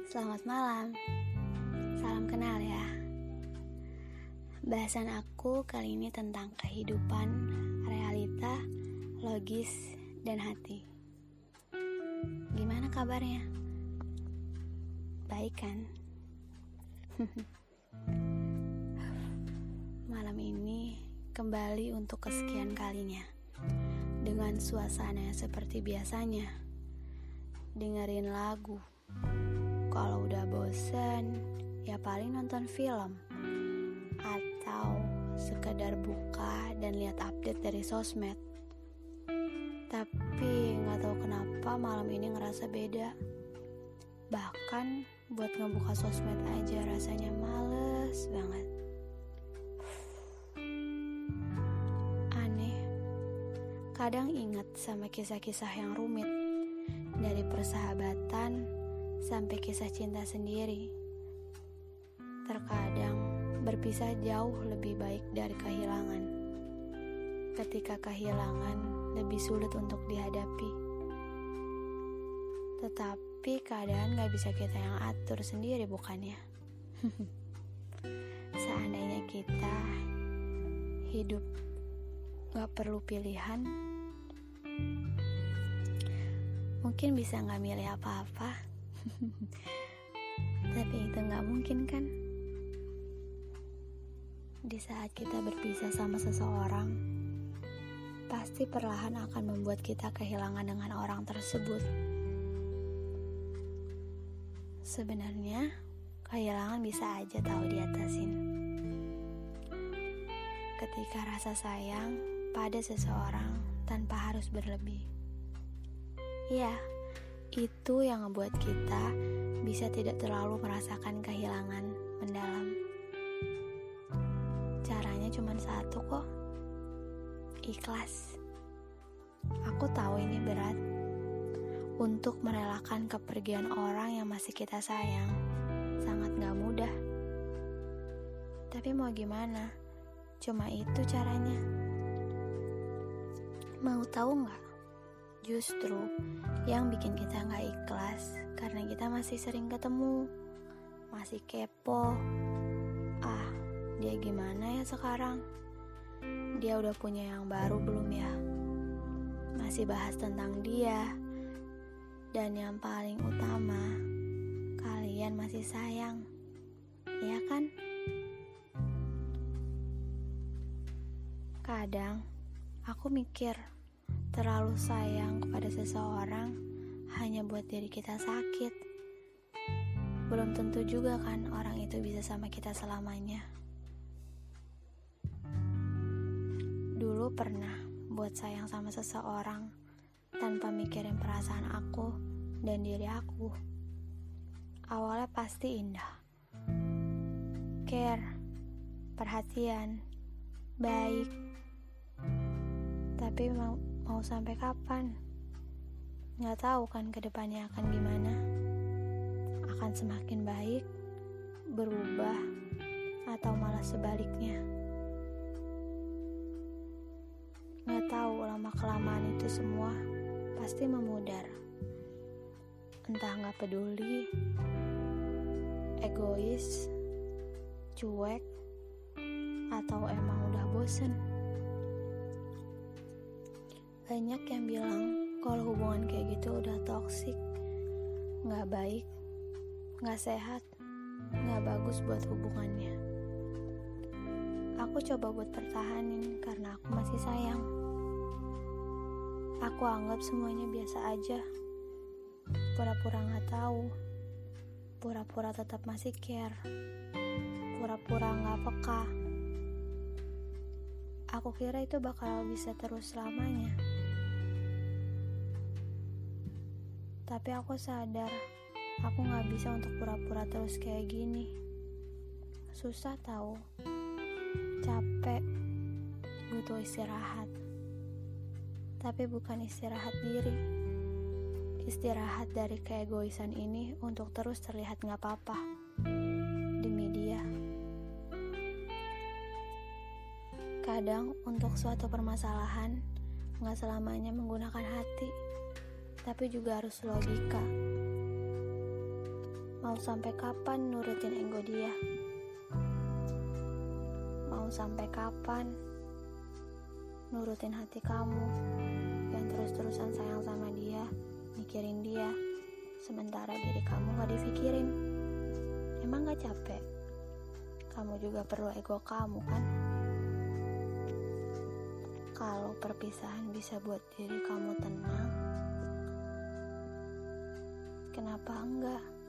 Selamat malam, salam kenal ya. Bahasan aku kali ini tentang kehidupan, realita, logis, dan hati. Gimana kabarnya? Baik kan? Malam ini kembali untuk kesekian kalinya, dengan suasana seperti biasanya, dengerin lagu. Kalau udah bosen, ya paling nonton film atau sekedar buka dan lihat update dari sosmed. Tapi gak tahu kenapa malam ini ngerasa beda. Bahkan buat ngebuka sosmed aja rasanya males banget. Aneh, kadang ingat sama kisah-kisah yang rumit, dari persahabatan sampai kisah cinta sendiri. Terkadang berpisah jauh lebih baik dari kehilangan. Ketika kehilangan lebih sulit untuk dihadapi. Tetapi keadaan gak bisa kita yang atur sendiri, bukannya? Seandainya kita hidup gak perlu pilihan, mungkin bisa gak milih apa-apa. Tapi itu gak mungkin kan? Di saat kita berpisah sama seseorang, pasti perlahan akan membuat kita kehilangan dengan orang tersebut. Sebenarnya kehilangan bisa aja tahu diatasin. Ketika rasa sayang pada seseorang tanpa harus berlebih. Ya, itu yang membuat kita bisa tidak terlalu merasakan kehilangan mendalam. Caranya cuma satu kok, ikhlas. Aku tahu ini berat, untuk merelakan kepergian orang yang masih kita sayang, sangat gak mudah. Tapi mau gimana, cuma itu caranya. Mau tahu gak? Justru yang bikin kita gak ikhlas karena kita masih sering ketemu, masih kepo. Dia gimana ya sekarang? Dia udah punya yang baru belum ya? Masih bahas tentang dia. Dan yang paling utama, kalian masih sayang, ya kan? Kadang aku mikir, terlalu sayang kepada seseorang hanya buat diri kita sakit. Belum tentu juga kan orang itu bisa sama kita selamanya. Dulu pernah buat sayang sama seseorang tanpa mikirin perasaan aku dan diri aku. Awalnya pasti indah, care, perhatian, baik. Tapi mau sampai kapan? Gak tahu kan kedepannya akan gimana. Akan semakin baik, berubah, atau malah sebaliknya. Gak tahu lama-kelamaan itu semua pasti memudar. Entah gak peduli, egois, cuek, atau emang udah bosen. Banyak yang bilang kalau hubungan kayak gitu udah toksik, gak baik, gak sehat, gak bagus buat hubungannya. Aku coba buat pertahanin karena aku masih sayang. Aku anggap semuanya biasa aja. Pura-pura gak tahu, pura-pura tetap masih care, pura-pura gak peka. Aku kira itu bakal bisa terus selamanya. Tapi aku sadar, aku gak bisa untuk pura-pura terus kayak gini. Susah tahu, capek, butuh istirahat. Tapi bukan istirahat diri, istirahat dari keegoisan ini untuk terus terlihat gak apa-apa demi dia. Kadang untuk suatu permasalahan gak selamanya menggunakan hati, tapi juga harus logika. Mau sampai kapan nurutin ego dia? Mau sampai kapan nurutin hati kamu yang terus-terusan sayang sama dia, mikirin dia, sementara diri kamu gak dipikirin? Emang gak capek? Kamu juga perlu ego kamu kan? Kalau perpisahan bisa buat diri kamu tenang, kenapa enggak?